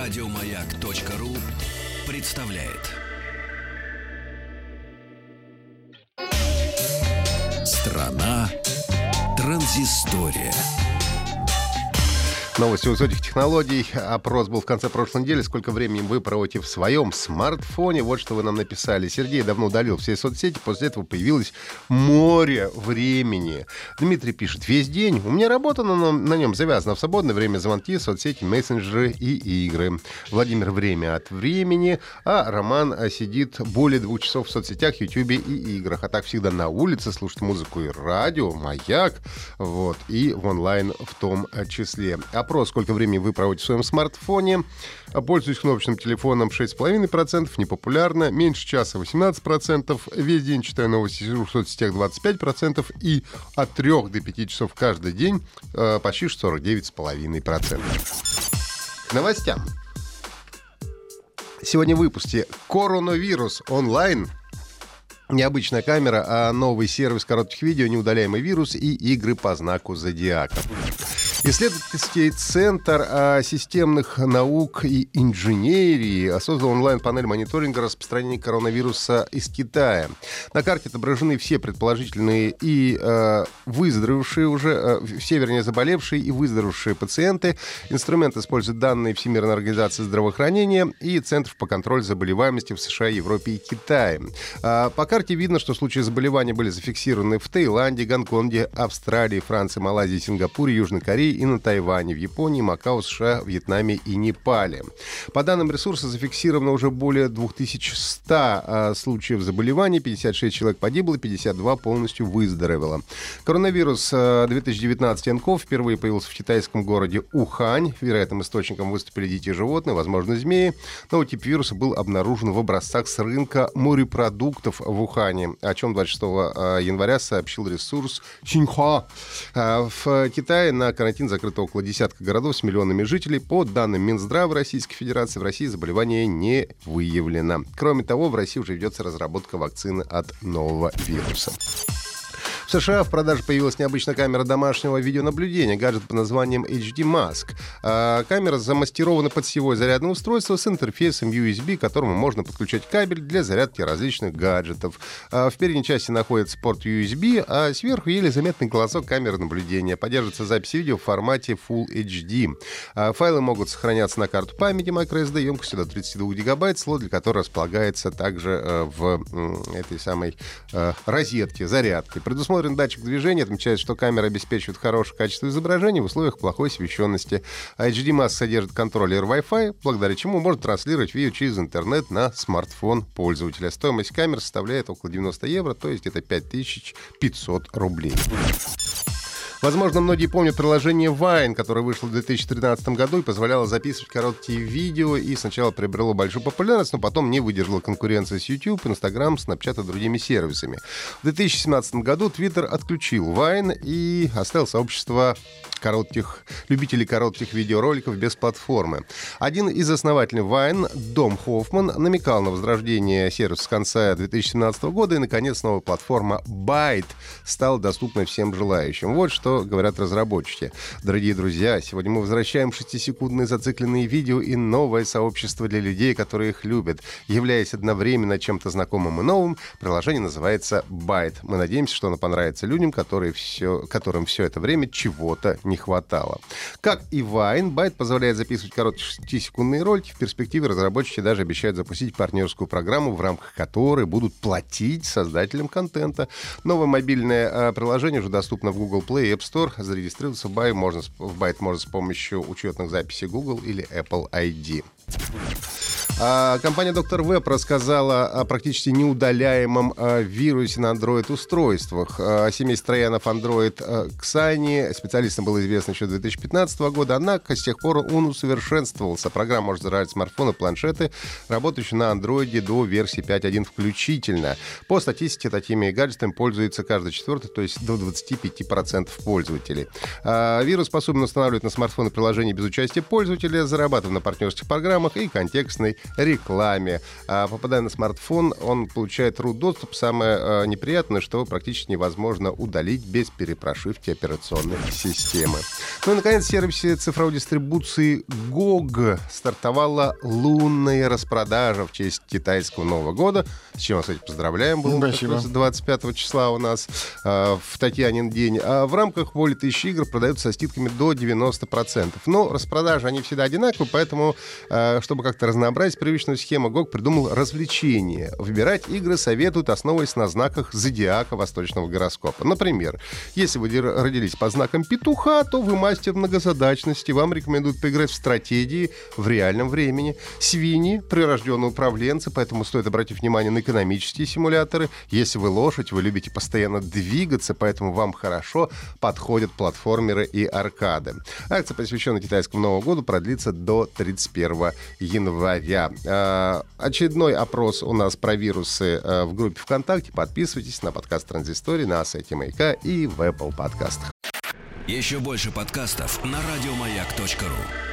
Радиомаяк.ру представляет. Страна транзистория. Новости высоких технологий. Опрос был в конце прошлой недели. Сколько времени вы проводите в своем смартфоне? Вот что вы нам написали. Сергей давно удалил все соцсети. После этого появилось море времени. Дмитрий пишет. Весь день. У меня работа на нем завязана. В свободное время звонки, соцсети, мессенджеры и игры. Владимир время от времени. А Роман сидит более 2 часов в соцсетях, ютубе и играх. А так всегда на улице слушает музыку и радио, маяк. Вот. И в онлайн в том числе. Опрос, сколько времени вы проводите в своем смартфоне. Пользуюсь кнопочным телефоном 6,5%, непопулярно. Меньше часа 18%. Весь день читаю новости в соцсетях 25%. И от 3 до 5 часов каждый день почти 49,5%. К новостям. Сегодня в выпуске коронавирус онлайн. Необычная камера, а новый сервис коротких видео, неудаляемый вирус и игры по знаку зодиака. Исследовательский центр системных наук и инженерии создал онлайн-панель мониторинга распространения коронавируса из Китая. На карте отображены все предположительные и выздоровевшие уже, все, вернее, заболевшие и выздоровевшие пациенты. Инструмент использует данные Всемирной организации здравоохранения и Центров по контролю заболеваемости в США, Европе и Китае. По карте видно, что случаи заболевания были зафиксированы в Таиланде, Гонконге, Австралии, Франции, Малайзии, Сингапуре, Южной Корее и на Тайване, в Японии, Макао, США, Вьетнаме и Непале. По данным ресурса зафиксировано уже более 2100 случаев заболеваний, 56 человек погибло, 52 полностью выздоровело. Коронавирус 2019 НКОВ впервые появился в китайском городе Ухань. Вероятным источником выступили дикие животные, возможно, змеи. Новый тип вируса был обнаружен в образцах с рынка морепродуктов в Ухане, о чем 26 января сообщил ресурс Синьхуа. В Китае на карантин закрыто около десятка городов с миллионами жителей. По данным Минздрава Российской Федерации, в России заболевание не выявлено. Кроме того, в России уже ведется разработка вакцины от нового вируса. В США в продаже появилась необычная камера домашнего видеонаблюдения, гаджет под названием HD Mask. Камера замаскирована под сетевое зарядное устройство с интерфейсом USB, к которому можно подключать кабель для зарядки различных гаджетов. В передней части находится порт USB, а сверху еле заметный глазок камеры наблюдения. Поддерживается запись видео в формате Full HD. Файлы могут сохраняться на карту памяти microSD емкостью до 32 гигабайт, слот для которой располагается также в этой самой розетке зарядки. Предусмотрен датчик движения, отмечает, что камера обеспечивает хорошее качество изображения в условиях плохой освещенности. HD Mask содержит контроллер Wi-Fi, благодаря чему может транслировать видео через интернет на смартфон пользователя. Стоимость камеры составляет около 90 евро, то есть это 5500 рублей. Возможно, многие помнят приложение Vine, которое вышло в 2013 году и позволяло записывать короткие видео и сначала приобрело большую популярность, но потом не выдержало конкуренции с YouTube, Instagram, Snapchat и другими сервисами. В 2017 году Twitter отключил Vine и оставил сообщество любителей коротких видеороликов без платформы. Один из основателей Vine, Дом Хоффман, намекал на возрождение сервиса с конца 2017 года, и, наконец, новая платформа Byte стала доступна всем желающим. Вот что говорят разработчики. Дорогие друзья, сегодня мы возвращаем 6-секундные зацикленные видео и новое сообщество для людей, которые их любят. Являясь одновременно чем-то знакомым и новым, приложение называется Byte. Мы надеемся, что оно понравится людям, которым все это время чего-то не хватало. Как и Vine, Byte позволяет записывать короткие 6-секундные ролики. В перспективе разработчики даже обещают запустить партнерскую программу, в рамках которой будут платить создателям контента. Новое мобильное приложение уже доступно в Google Play и App Store. Зарегистрироваться в Byte можно с помощью учетных записей Google или Apple ID. Компания Dr. Web рассказала о практически неудаляемом вирусе на Android-устройствах. Семейство троянов Android Xani специалистам было известно еще с 2015 года, однако с тех пор он усовершенствовался. Программа может заражать смартфоны, планшеты, работающие на Android до версии 5.1 включительно. По статистике, такими гаджетами пользуется каждый четвертый, то есть до 25% пользователей. Вирус способен устанавливать на смартфоны приложения без участия пользователя, зарабатывать на партнерских программах и контекстной рекламе. Попадая на смартфон, он получает root доступ. Самое неприятное, что практически невозможно удалить без перепрошивки операционной системы. Ну и, наконец, в сервисе цифровой дистрибуции GOG стартовала лунная распродажа в честь китайского Нового года. С чем, кстати, поздравляем. Было 25 числа у нас в Татьянин день. А в рамках более 1000 игр продаются со скидками до 90%. Но распродажи, они всегда одинаковые, поэтому, чтобы как-то разнообразить привычную схему, GOG придумал развлечение. Выбирать игры советуют, основываясь на знаках зодиака восточного гороскопа. Например, если вы родились под знаком петуха, то вы мастер многозадачности. Вам рекомендуют поиграть в стратегии в реальном времени. Свиньи — прирожденные управленцы, поэтому стоит обратить внимание на экономические симуляторы. Если вы лошадь, вы любите постоянно двигаться, поэтому вам хорошо подходят платформеры и аркады. Акция, посвященная китайскому Новому году, продлится до 31 января. Очередной опрос у нас про вирусы в группе ВКонтакте. Подписывайтесь на подкаст «Транзистория» на сайте Маяка и в Apple подкастах. Еще больше подкастов на радиомаяк.ру.